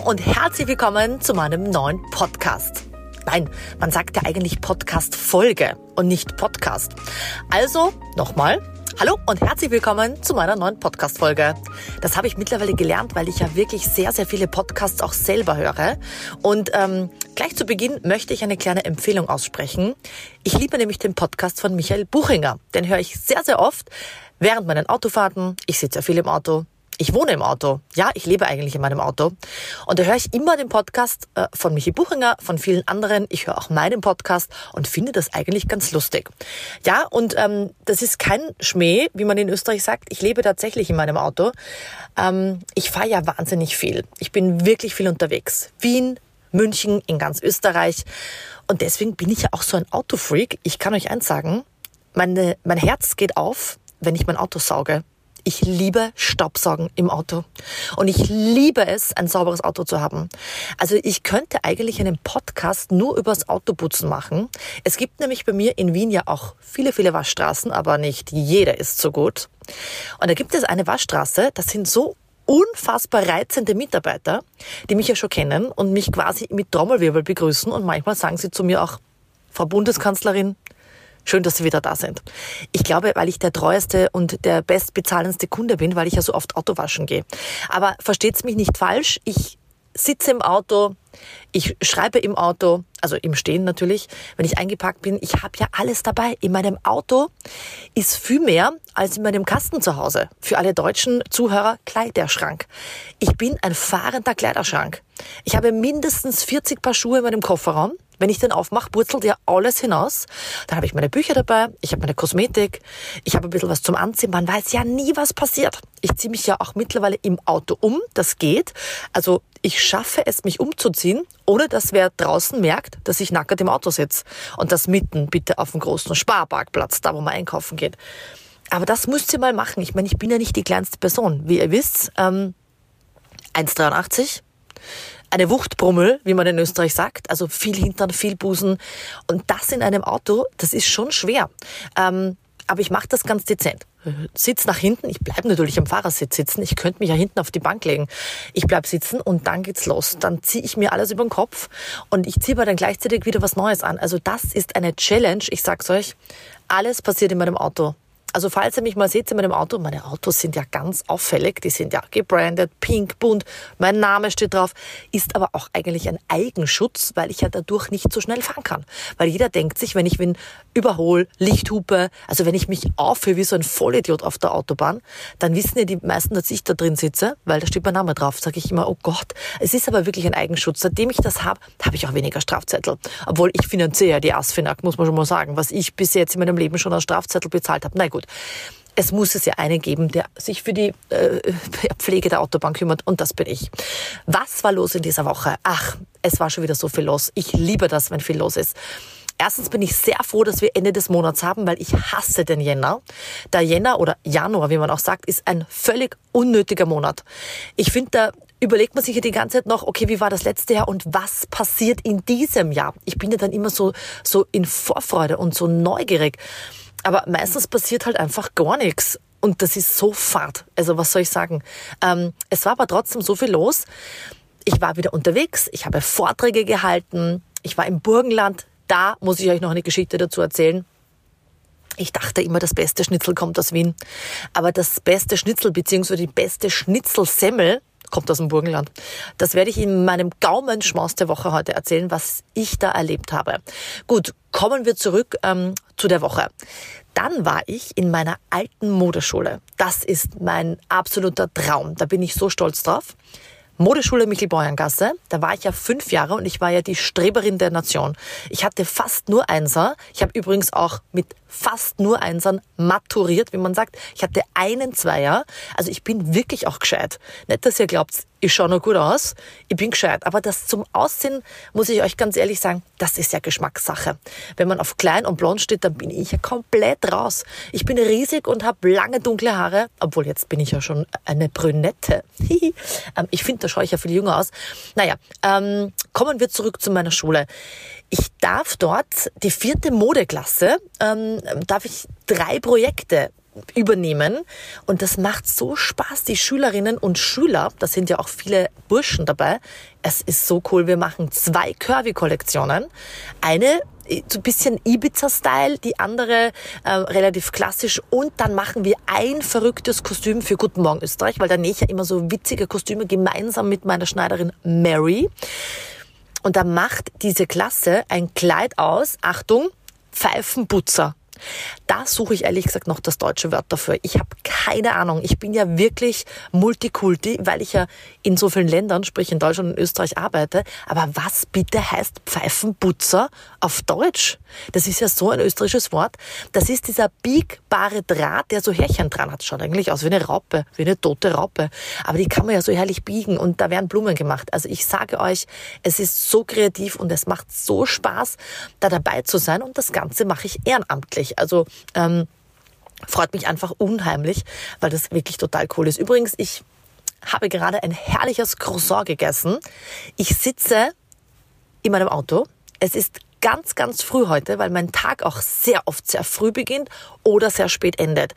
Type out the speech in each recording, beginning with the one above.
und herzlich willkommen zu meinem neuen Podcast. Nein, man sagt ja eigentlich Podcast-Folge und nicht Podcast. Also nochmal, hallo und herzlich willkommen zu meiner neuen Podcast-Folge. Das habe ich mittlerweile gelernt, weil ich ja wirklich sehr, sehr viele Podcasts auch selber höre. Und gleich zu Beginn möchte ich eine kleine Empfehlung aussprechen. Ich liebe nämlich den Podcast von Michael Buchinger. Den höre ich sehr, sehr oft während meinen Autofahrten. Ich sitze ja viel im Auto. Ich wohne im Auto. Ja, ich lebe eigentlich in meinem Auto. Und da höre ich immer den Podcast von Michi Buchinger, von vielen anderen. Ich höre auch meinen Podcast und finde das eigentlich ganz lustig. Ja, und das ist kein Schmäh, wie man in Österreich sagt. Ich lebe tatsächlich in meinem Auto. Ich fahre ja wahnsinnig viel. Ich bin wirklich viel unterwegs. Wien, München, in ganz Österreich. Und deswegen bin ich ja auch so ein Autofreak. Ich kann euch eins sagen, mein Herz geht auf, wenn ich mein Auto sauge. Ich liebe Staubsaugen im Auto und ich liebe es, ein sauberes Auto zu haben. Also ich könnte eigentlich einen Podcast nur übers Autoputzen machen. Es gibt nämlich bei mir in Wien ja auch viele, viele Waschstraßen, aber nicht jede ist so gut. Und da gibt es eine Waschstraße, das sind so unfassbar reizende Mitarbeiter, die mich ja schon kennen und mich quasi mit Trommelwirbel begrüßen und manchmal sagen sie zu mir auch, Frau Bundeskanzlerin, schön, dass Sie wieder da sind. Ich glaube, weil ich der treueste und der bestbezahlendste Kunde bin, weil ich ja so oft Auto waschen gehe. Aber versteht's mich nicht falsch, ich sitze im Auto, ich schreibe im Auto, also im Stehen natürlich, wenn ich eingepackt bin. Ich habe ja alles dabei. In meinem Auto ist viel mehr als in meinem Kasten zu Hause. Für alle deutschen Zuhörer, Kleiderschrank. Ich bin ein fahrender Kleiderschrank. Ich habe mindestens 40 Paar Schuhe in meinem Kofferraum. Wenn ich den aufmache, purzelt ja alles hinaus. Dann habe ich meine Bücher dabei, ich habe meine Kosmetik, ich habe ein bisschen was zum Anziehen. Man weiß ja nie, was passiert. Ich ziehe mich ja auch mittlerweile im Auto um, das geht. Also ich schaffe es, mich umzuziehen, ohne dass wer draußen merkt, dass ich nackert im Auto sitze. Und das mitten, bitte auf dem großen Sparparkplatz, da wo man einkaufen geht. Aber das müsst ihr mal machen. Ich meine, ich bin ja nicht die kleinste Person. Wie ihr wisst, 1,83, eine Wuchtbrummel, wie man in Österreich sagt, also viel Hintern, viel Busen und das in einem Auto, das ist schon schwer. Aber ich mache das ganz dezent. Sitz nach hinten, ich bleibe natürlich am Fahrersitz sitzen, ich könnte mich ja hinten auf die Bank legen. Ich bleib sitzen und dann geht's los. Dann ziehe ich mir alles über den Kopf und ich ziehe aber dann gleichzeitig wieder was Neues an. Also das ist eine Challenge, ich sag's euch, alles passiert in meinem Auto. Also falls ihr mich mal seht in meinem Auto, meine Autos sind ja ganz auffällig, die sind ja gebrandet, pink, bunt, mein Name steht drauf, ist aber auch eigentlich ein Eigenschutz, weil ich ja dadurch nicht so schnell fahren kann. Weil jeder denkt sich, wenn ich wen überhole, Lichthupe, also wenn ich mich aufhöre wie so ein Vollidiot auf der Autobahn, dann wissen ja die meisten, dass ich da drin sitze, weil da steht mein Name drauf. Sage ich immer, oh Gott, es ist aber wirklich ein Eigenschutz. Seitdem ich das habe, habe ich auch weniger Strafzettel. Obwohl ich finanziere ja die ASFINAG, muss man schon mal sagen, was ich bis jetzt in meinem Leben schon als Strafzettel bezahlt habe. Na gut. Es muss es ja einen geben, der sich für die Pflege der Autobahn kümmert und das bin ich. Was war los in dieser Woche? Ach, es war schon wieder so viel los. Ich liebe das, wenn viel los ist. Erstens bin ich sehr froh, dass wir Ende des Monats haben, weil ich hasse den Jänner. Der Jänner oder Januar, wie man auch sagt, ist ein völlig unnötiger Monat. Ich finde, da überlegt man sich ja die ganze Zeit noch, okay, wie war das letzte Jahr und was passiert in diesem Jahr? Ich bin ja dann immer so in Vorfreude und so neugierig. Aber meistens passiert halt einfach gar nichts. Und das ist so fad. Also was soll ich sagen? Es war aber trotzdem so viel los. Ich war wieder unterwegs. Ich habe Vorträge gehalten. Ich war im Burgenland. Da muss ich euch noch eine Geschichte dazu erzählen. Ich dachte immer, das beste Schnitzel kommt aus Wien. Aber das beste Schnitzel bzw. die beste Schnitzelsemmel kommt aus dem Burgenland. Das werde ich in meinem Gaumenschmaus der Woche heute erzählen, was ich da erlebt habe. Gut, kommen wir zurück zu der Woche. Dann war ich in meiner alten Modeschule. Das ist mein absoluter Traum. Da bin ich so stolz drauf. Modeschule Michelbeuerngasse, da war ich ja 5 Jahre und ich war ja die Streberin der Nation. Ich hatte fast nur Einser. Ich habe übrigens auch mit fast nur Einsern maturiert, wie man sagt. Ich hatte einen Zweier. Also ich bin wirklich auch gescheit. Nicht, dass ihr glaubt, ich schaue noch gut aus. Ich bin gescheit. Aber das zum Aussehen, muss ich euch ganz ehrlich sagen, das ist ja Geschmackssache. Wenn man auf klein und blond steht, dann bin ich ja komplett raus. Ich bin riesig und habe lange dunkle Haare. Obwohl, jetzt bin ich ja schon eine Brünette. Ich finde, da schaue ich ja viel jünger aus. Naja, kommen wir zurück zu meiner Schule. Ich darf dort die 4. Modeklasse, darf ich 3 Projekte übernehmen. Und das macht so Spaß. Die Schülerinnen und Schüler, da sind ja auch viele Burschen dabei. Es ist so cool. Wir machen 2 Curvy-Kollektionen. Eine so ein bisschen Ibiza-Style, die andere relativ klassisch. Und dann machen wir ein verrücktes Kostüm für Guten Morgen Österreich, weil da nähe ich ja immer so witzige Kostüme gemeinsam mit meiner Schneiderin Mary. Und da macht diese Klasse ein Kleid aus, Achtung, Pfeifenputzer. Da suche ich ehrlich gesagt noch das deutsche Wort dafür. Ich habe keine Ahnung. Ich bin ja wirklich Multikulti, weil ich ja in so vielen Ländern, sprich in Deutschland und Österreich arbeite. Aber was bitte heißt Pfeifenputzer auf Deutsch? Das ist ja so ein österreichisches Wort. Das ist dieser biegbare Draht, der so Härchen dran hat. Schaut eigentlich aus wie eine Raupe, wie eine tote Raupe. Aber die kann man ja so herrlich biegen und da werden Blumen gemacht. Also ich sage euch, es ist so kreativ und es macht so Spaß, da dabei zu sein. Und das Ganze mache ich ehrenamtlich. Also freut mich einfach unheimlich, weil das wirklich total cool ist. Übrigens, ich habe gerade ein herrliches Croissant gegessen. Ich sitze in meinem Auto. Es ist ganz, ganz früh heute, weil mein Tag auch sehr oft sehr früh beginnt oder sehr spät endet.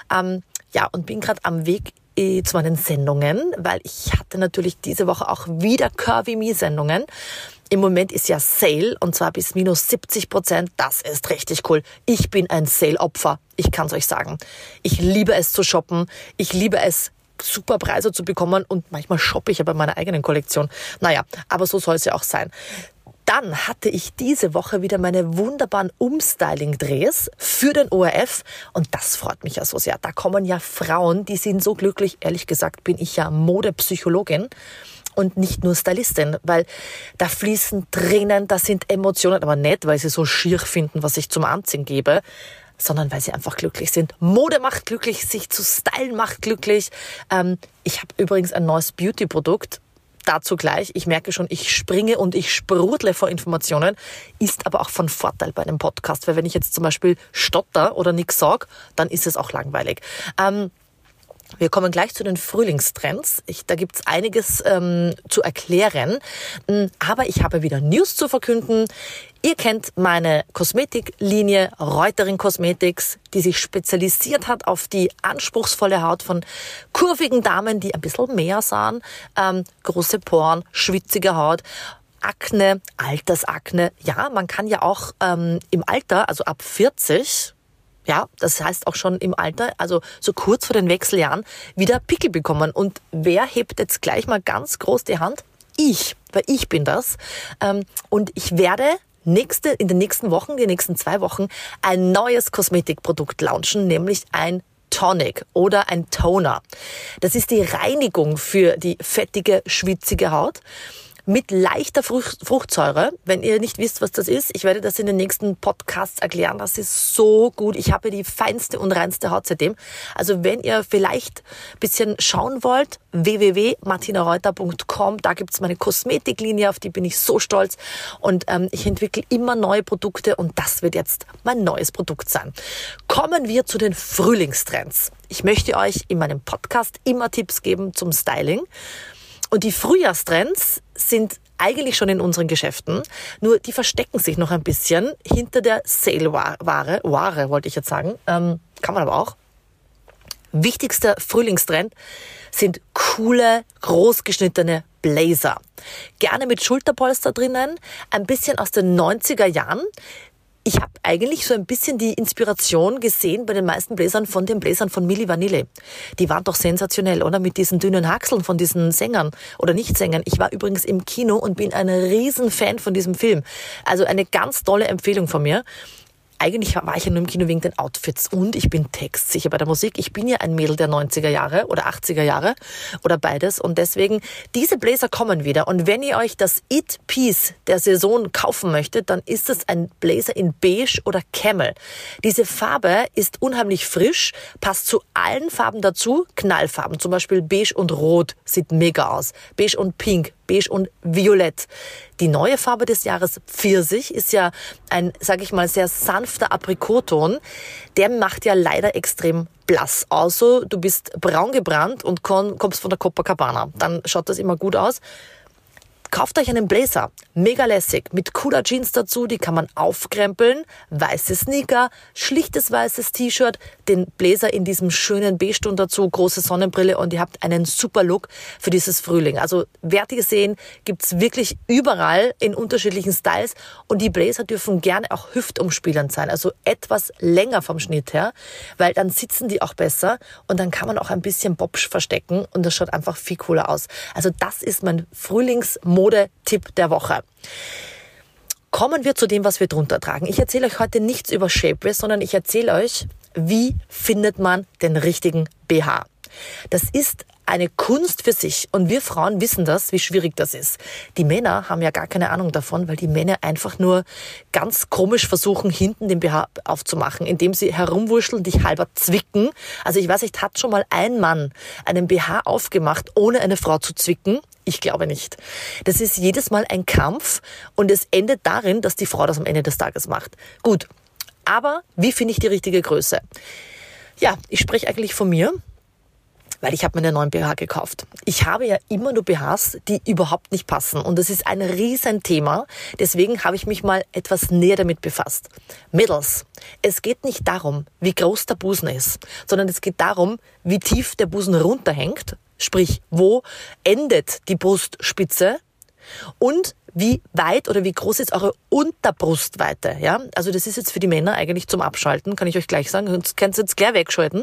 Und bin gerade am Weg zu meinen Sendungen, weil ich hatte natürlich diese Woche auch wieder Curvy Me Sendungen. Im Moment ist ja Sale und zwar bis minus 70%. Das ist richtig cool. Ich bin ein Sale-Opfer. Ich kann es euch sagen. Ich liebe es zu shoppen. Ich liebe es, super Preise zu bekommen und manchmal shoppe ich ja bei meiner eigenen Kollektion. Naja, aber so soll es ja auch sein. Dann hatte ich diese Woche wieder meine wunderbaren Umstyling-Drehs für den ORF und das freut mich ja so sehr. Da kommen ja Frauen, die sind so glücklich. Ehrlich gesagt bin ich ja Modepsychologin und nicht nur Stylistin, weil da fließen Tränen, da sind Emotionen, aber nicht, weil sie so schier finden, was ich zum Anziehen gebe, sondern weil sie einfach glücklich sind. Mode macht glücklich, sich zu stylen macht glücklich. Ich habe übrigens ein neues Beauty-Produkt. Dazu gleich. Ich merke schon, ich springe und ich sprudle vor Informationen, ist aber auch von Vorteil bei einem Podcast, weil wenn ich jetzt zum Beispiel stotter oder nichts sage, dann ist es auch langweilig. Wir kommen gleich zu den Frühlingstrends. Da gibt's einiges zu erklären, aber ich habe wieder News zu verkünden. Ihr kennt meine Kosmetiklinie Reuterin Cosmetics, die sich spezialisiert hat auf die anspruchsvolle Haut von kurvigen Damen, die ein bisschen mehr sahen, große Poren, schwitzige Haut, Akne, Altersakne. Ja, man kann ja auch im Alter, also ab 40, ja, das heißt auch schon im Alter, also so kurz vor den Wechseljahren, wieder Pickel bekommen. Und wer hebt jetzt gleich mal ganz groß die Hand? Ich, weil ich bin das. Und ich werde in den nächsten Wochen, die nächsten 2 Wochen, ein neues Kosmetikprodukt launchen, nämlich ein Tonic oder ein Toner. Das ist die Reinigung für die fettige, schwitzige Haut mit leichter Fruchtsäure. Wenn ihr nicht wisst, was das ist, ich werde das in den nächsten Podcasts erklären. Das ist so gut. Ich habe die feinste und reinste Haut seitdem. Also wenn ihr vielleicht ein bisschen schauen wollt, www.martinareuter.com, da gibt's meine Kosmetiklinie, auf die bin ich so stolz. Und ich entwickle immer neue Produkte und das wird jetzt mein neues Produkt sein. Kommen wir zu den Frühlingstrends. Ich möchte euch in meinem Podcast immer Tipps geben zum Styling. Und die Frühjahrstrends sind eigentlich schon in unseren Geschäften, nur die verstecken sich noch ein bisschen hinter der Sale-Ware, wollte ich jetzt sagen, kann man aber auch. Wichtigster Frühlingstrend sind coole, großgeschnittene Blazer. Gerne mit Schulterpolster drinnen, ein bisschen aus den 90er Jahren. Ich habe eigentlich so ein bisschen die Inspiration gesehen bei den meisten Bläsern von den Bläsern von Milli Vanilli. Die waren doch sensationell, oder? Mit diesen dünnen Haxeln von diesen Sängern oder Nicht-Sängern. Ich war übrigens im Kino und bin ein Riesenfan von diesem Film. Also eine ganz tolle Empfehlung von mir. Eigentlich war ich ja nur im Kino wegen den Outfits und ich bin textsicher bei der Musik. Ich bin ja ein Mädel der 90er Jahre oder 80er Jahre oder beides und deswegen, diese Bläser kommen wieder. Und wenn ihr euch das It-Piece der Saison kaufen möchtet, dann ist es ein Blazer in Beige oder Camel. Diese Farbe ist unheimlich frisch, passt zu allen Farben dazu. Knallfarben, zum Beispiel Beige und Rot, sieht mega aus. Beige und Pink, Beige und Violett. Die neue Farbe des Jahres Pfirsich ist ja ein, sage ich mal, sehr sanfter Aprikotton. Der macht ja leider extrem blass. Also du bist braun gebrannt und kommst von der Copacabana. Dann schaut das immer gut aus. Kauft euch einen Blazer, mega lässig, mit cooler Jeans dazu, die kann man aufkrempeln, weiße Sneaker, schlichtes weißes T-Shirt, den Blazer in diesem schönen Beige-Ton dazu, große Sonnenbrille und ihr habt einen super Look für dieses Frühling. Also wertige sehen gibt's wirklich überall in unterschiedlichen Styles und die Blazer dürfen gerne auch hüftumspielend sein, also etwas länger vom Schnitt her, weil dann sitzen die auch besser und dann kann man auch ein bisschen Bobsch verstecken und das schaut einfach viel cooler aus. Also das ist mein Frühlingsmode-Tipp der Woche. Kommen wir zu dem, was wir drunter tragen. Ich erzähle euch heute nichts über Shapewear, sondern ich erzähle euch, wie findet man den richtigen BH. Das ist eine Kunst für sich und wir Frauen wissen das, wie schwierig das ist. Die Männer haben ja gar keine Ahnung davon, weil die Männer einfach nur ganz komisch versuchen, hinten den BH aufzumachen, indem sie herumwurschteln, dich halber zwicken. Also ich weiß nicht, hat schon mal ein Mann einen BH aufgemacht, ohne eine Frau zu zwicken? Ich glaube nicht. Das ist jedes Mal ein Kampf und es endet darin, dass die Frau das am Ende des Tages macht. Gut, aber wie finde ich die richtige Größe? Ja, ich spreche eigentlich von mir, weil ich habe mir einen neuen BH gekauft. Ich habe ja immer nur BHs, die überhaupt nicht passen. Und das ist ein Riesenthema. Deswegen habe ich mich mal etwas näher damit befasst. Mädels, es geht nicht darum, wie groß der Busen ist, sondern es geht darum, wie tief der Busen runterhängt. Sprich, wo endet die Brustspitze und wie weit oder wie groß ist eure Unterbrustweite. Ja? Also das ist jetzt für die Männer eigentlich zum Abschalten, kann ich euch gleich sagen. Sonst könnt ihr jetzt gleich wegschalten.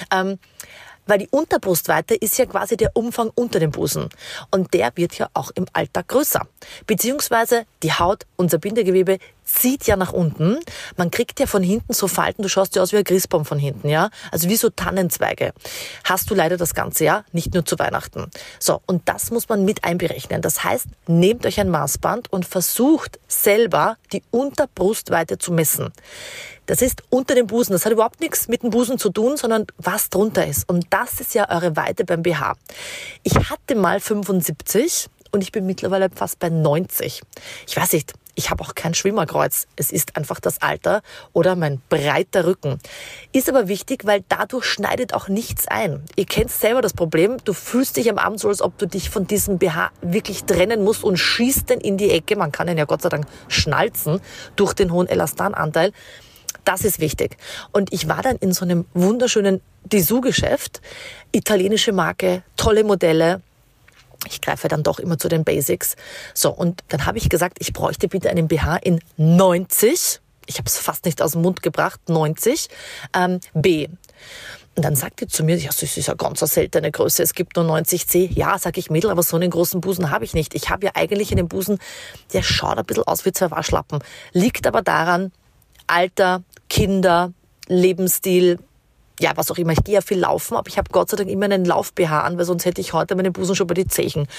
Weil die Unterbrustweite ist ja quasi der Umfang unter dem Busen. Und der wird ja auch im Alter größer. Beziehungsweise die Haut, unser Bindegewebe, zieht ja nach unten. Man kriegt ja von hinten so Falten, du schaust ja aus wie ein Christbaum von hinten, ja? Also wie so Tannenzweige. Hast du leider das ganze Jahr, nicht nur zu Weihnachten. So, und das muss man mit einberechnen. Das heißt, nehmt euch ein Maßband und versucht selber die Unterbrustweite zu messen. Das ist unter dem Busen. Das hat überhaupt nichts mit dem Busen zu tun, sondern was drunter ist. Und das ist ja eure Weite beim BH. Ich hatte mal 75 und ich bin mittlerweile fast bei 90. Ich weiß nicht, ich habe auch kein Schwimmerkreuz. Es ist einfach das Alter oder mein breiter Rücken. Ist aber wichtig, weil dadurch schneidet auch nichts ein. Ihr kennt selber das Problem. Du fühlst dich am Abend so, als ob du dich von diesem BH wirklich trennen musst und schießt den in die Ecke. Man kann ihn ja Gott sei Dank schnalzen durch den hohen Elastananteil. Das ist wichtig. Und ich war dann in so einem wunderschönen Dessous-Geschäft, italienische Marke, tolle Modelle. Ich greife dann doch immer zu den Basics. So, und dann habe ich gesagt, ich bräuchte bitte einen BH in 90. Ich habe es fast nicht aus dem Mund gebracht, 90 B. Und dann sagt die zu mir, ja, das ist eine ganz seltene Größe, es gibt nur 90C. Ja, sage ich, Mädel, aber so einen großen Busen habe ich nicht. Ich habe ja eigentlich einen Busen, der schaut ein bisschen aus wie zwei Waschlappen. Liegt aber daran, Alter, Kinder, Lebensstil, ja, was auch immer. Ich gehe ja viel laufen, aber ich habe Gott sei Dank immer einen Lauf-BH an, weil sonst hätte ich heute meinen Busen schon bei die Zechen.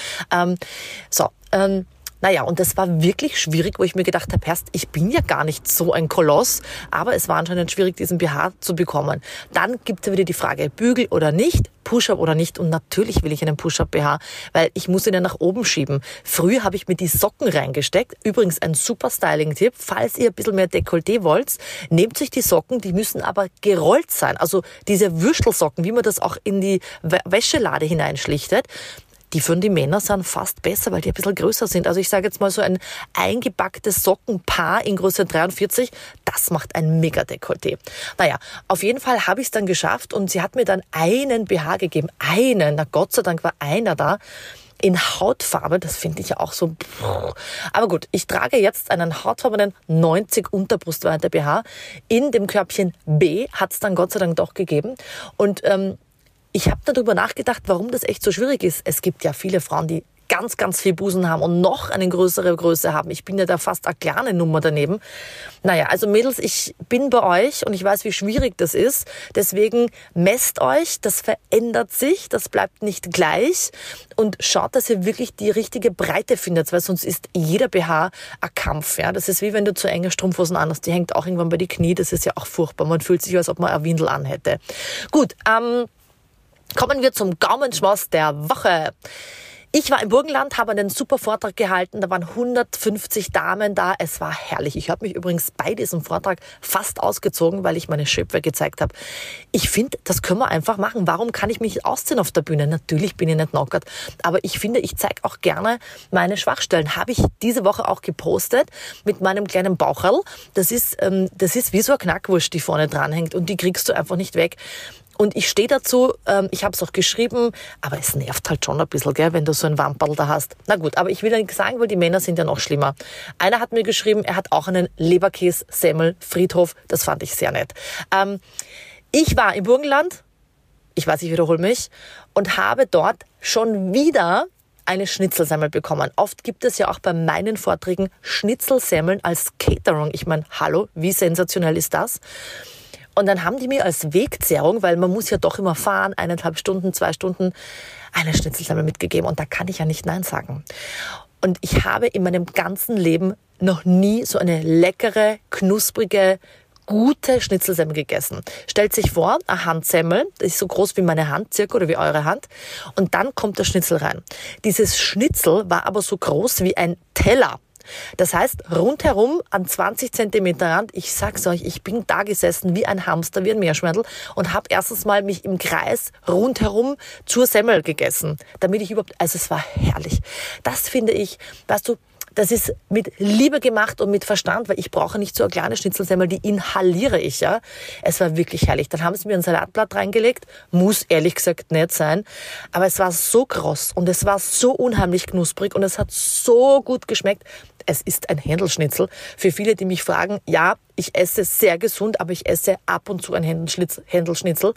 Naja, und das war wirklich schwierig, wo ich mir gedacht habe, erst, ich bin ja gar nicht so ein Koloss, aber es war anscheinend schwierig, diesen BH zu bekommen. Dann gibt es ja wieder die Frage, Bügel oder nicht, Push-Up oder nicht. Und natürlich will ich einen Push-Up-BH, weil ich muss ihn ja nach oben schieben. Früher habe ich mir die Socken reingesteckt. Übrigens ein super Styling-Tipp. Falls ihr ein bisschen mehr Dekolleté wollt, nehmt sich die Socken, die müssen aber gerollt sein. Also diese Würstelsocken, wie man das auch in die Wäschelade hineinschlichtet. Die für die Männer sind fast besser, weil die ein bisschen größer sind. Also ich sage jetzt mal so ein eingepacktes Sockenpaar in Größe 43, das macht ein Mega-Dekolleté. Naja, auf jeden Fall habe ich es dann geschafft und sie hat mir dann einen BH gegeben. Einen, na Gott sei Dank war einer da. In Hautfarbe, das finde ich ja auch so. Aber gut, ich trage jetzt einen hautfarbenen 90 Unterbrustweite BH. In dem Körbchen B hat es dann Gott sei Dank doch gegeben. Und ich habe darüber nachgedacht, warum das echt so schwierig ist. Es gibt ja viele Frauen, die ganz, ganz viel Busen haben und noch eine größere Größe haben. Ich bin ja da fast eine kleine Nummer daneben. Naja, also Mädels, ich bin bei euch und ich weiß, wie schwierig das ist. Deswegen messt euch, das verändert sich, das bleibt nicht gleich. Und schaut, dass ihr wirklich die richtige Breite findet, weil sonst ist jeder BH ein Kampf. Ja? Das ist wie wenn du zu enge Strumpfhosen anhast. Die hängt auch irgendwann bei die Knie. Das ist ja auch furchtbar. Man fühlt sich, als ob man eine Windel anhätte. Gut, kommen wir zum Gaumenschmaus der Woche. Ich war im Burgenland, habe einen super Vortrag gehalten. Da waren 150 Damen da. Es war herrlich. Ich habe mich übrigens bei diesem Vortrag fast ausgezogen, weil ich meine Schöpfe gezeigt habe. Ich finde, das können wir einfach machen. Warum kann ich mich nicht ausziehen auf der Bühne? Natürlich bin ich nicht knockert, aber ich finde, ich zeige auch gerne meine Schwachstellen. Habe ich diese Woche auch gepostet mit meinem kleinen Baucherl. Das ist wie so eine Knackwurst, die vorne dranhängt und die kriegst du einfach nicht weg. Und ich stehe dazu, ich habe es auch geschrieben, aber es nervt halt schon ein bisschen, gell, wenn du so ein Wamperl da hast. Na gut, aber ich will ja nichts sagen, weil die Männer sind ja noch schlimmer. Einer hat mir geschrieben, er hat auch einen Leberkäse-Semmel-Friedhof. Das fand ich sehr nett. Ich war im Burgenland, ich weiß, ich wiederhole mich, und habe dort schon wieder eine Schnitzelsemmel bekommen. Oft gibt es ja auch bei meinen Vorträgen Schnitzelsemmeln als Caterung. Ich meine, hallo, wie sensationell ist das? Und dann haben die mir als Wegzehrung, weil man muss ja doch immer fahren, 1,5 Stunden, 2 Stunden, eine Schnitzelsemmel mitgegeben. Und da kann ich ja nicht Nein sagen. Und ich habe in meinem ganzen Leben noch nie so eine leckere, knusprige, gute Schnitzelsemmel gegessen. Stellt sich vor, eine Handsemmel, das ist so groß wie meine Hand circa oder wie eure Hand. Und dann kommt der Schnitzel rein. Dieses Schnitzel war aber so groß wie ein Teller. Das heißt, rundherum an 20 Zentimeter Rand, ich sag's euch, ich bin da gesessen wie ein Hamster, wie ein Meerschweinl und habe erstens mal mich im Kreis rundherum zur Semmel gegessen, damit ich überhaupt, also es war herrlich. Das finde ich, weißt du, das ist mit Liebe gemacht und mit Verstand, weil ich brauche nicht so eine kleine Schnitzelsemmel, die inhaliere ich, ja. Es war wirklich herrlich. Dann haben sie mir ein Salatblatt reingelegt, muss ehrlich gesagt nicht sein, aber es war so kross und es war so unheimlich knusprig und es hat so gut geschmeckt. Es ist ein Händelschnitzel. Für viele, die mich fragen, ja, ich esse sehr gesund, aber ich esse ab und zu ein Händelschnitzel.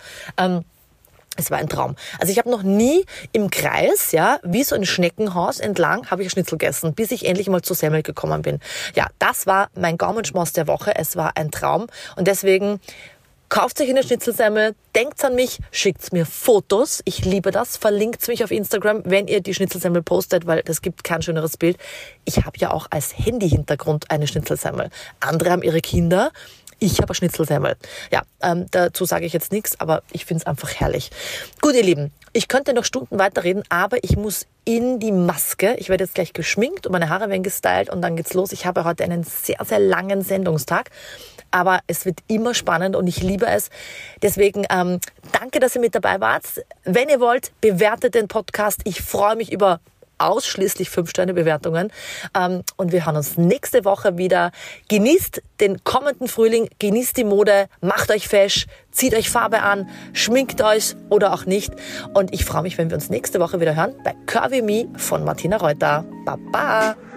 Es war ein Traum. Also ich habe noch nie im Kreis, ja, wie so ein Schneckenhaus entlang, habe ich Schnitzel gegessen, bis ich endlich mal zur Semmel gekommen bin. Ja, das war mein Gaumenschmaus der Woche. Es war ein Traum und deswegen kauft euch eine Schnitzelsemmel, denkt an mich, schickt mir Fotos. Ich liebe das. Verlinkt mich auf Instagram, wenn ihr die Schnitzelsemmel postet, weil das gibt kein schöneres Bild. Ich habe ja auch als Handy-Hintergrund eine Schnitzelsemmel. Andere haben ihre Kinder. Ich habe eine Schnitzelsemmel. Ja, dazu sage ich jetzt nichts, aber ich finde es einfach herrlich. Gut, ihr Lieben, ich könnte noch Stunden weiterreden, aber ich muss in die Maske. Ich werde jetzt gleich geschminkt und meine Haare werden gestylt und dann geht's los. Ich habe heute einen sehr, sehr langen Sendungstag, aber es wird immer spannend und ich liebe es. Deswegen danke, dass ihr mit dabei wart. Wenn ihr wollt, bewertet den Podcast. Ich freue mich über ausschließlich 5-Sterne-Bewertungen. Und wir hören uns nächste Woche wieder. Genießt den kommenden Frühling, genießt die Mode, macht euch fesch, zieht euch Farbe an, schminkt euch oder auch nicht. Und ich freue mich, wenn wir uns nächste Woche wieder hören bei Curvy Me von Martina Reuter. Baba!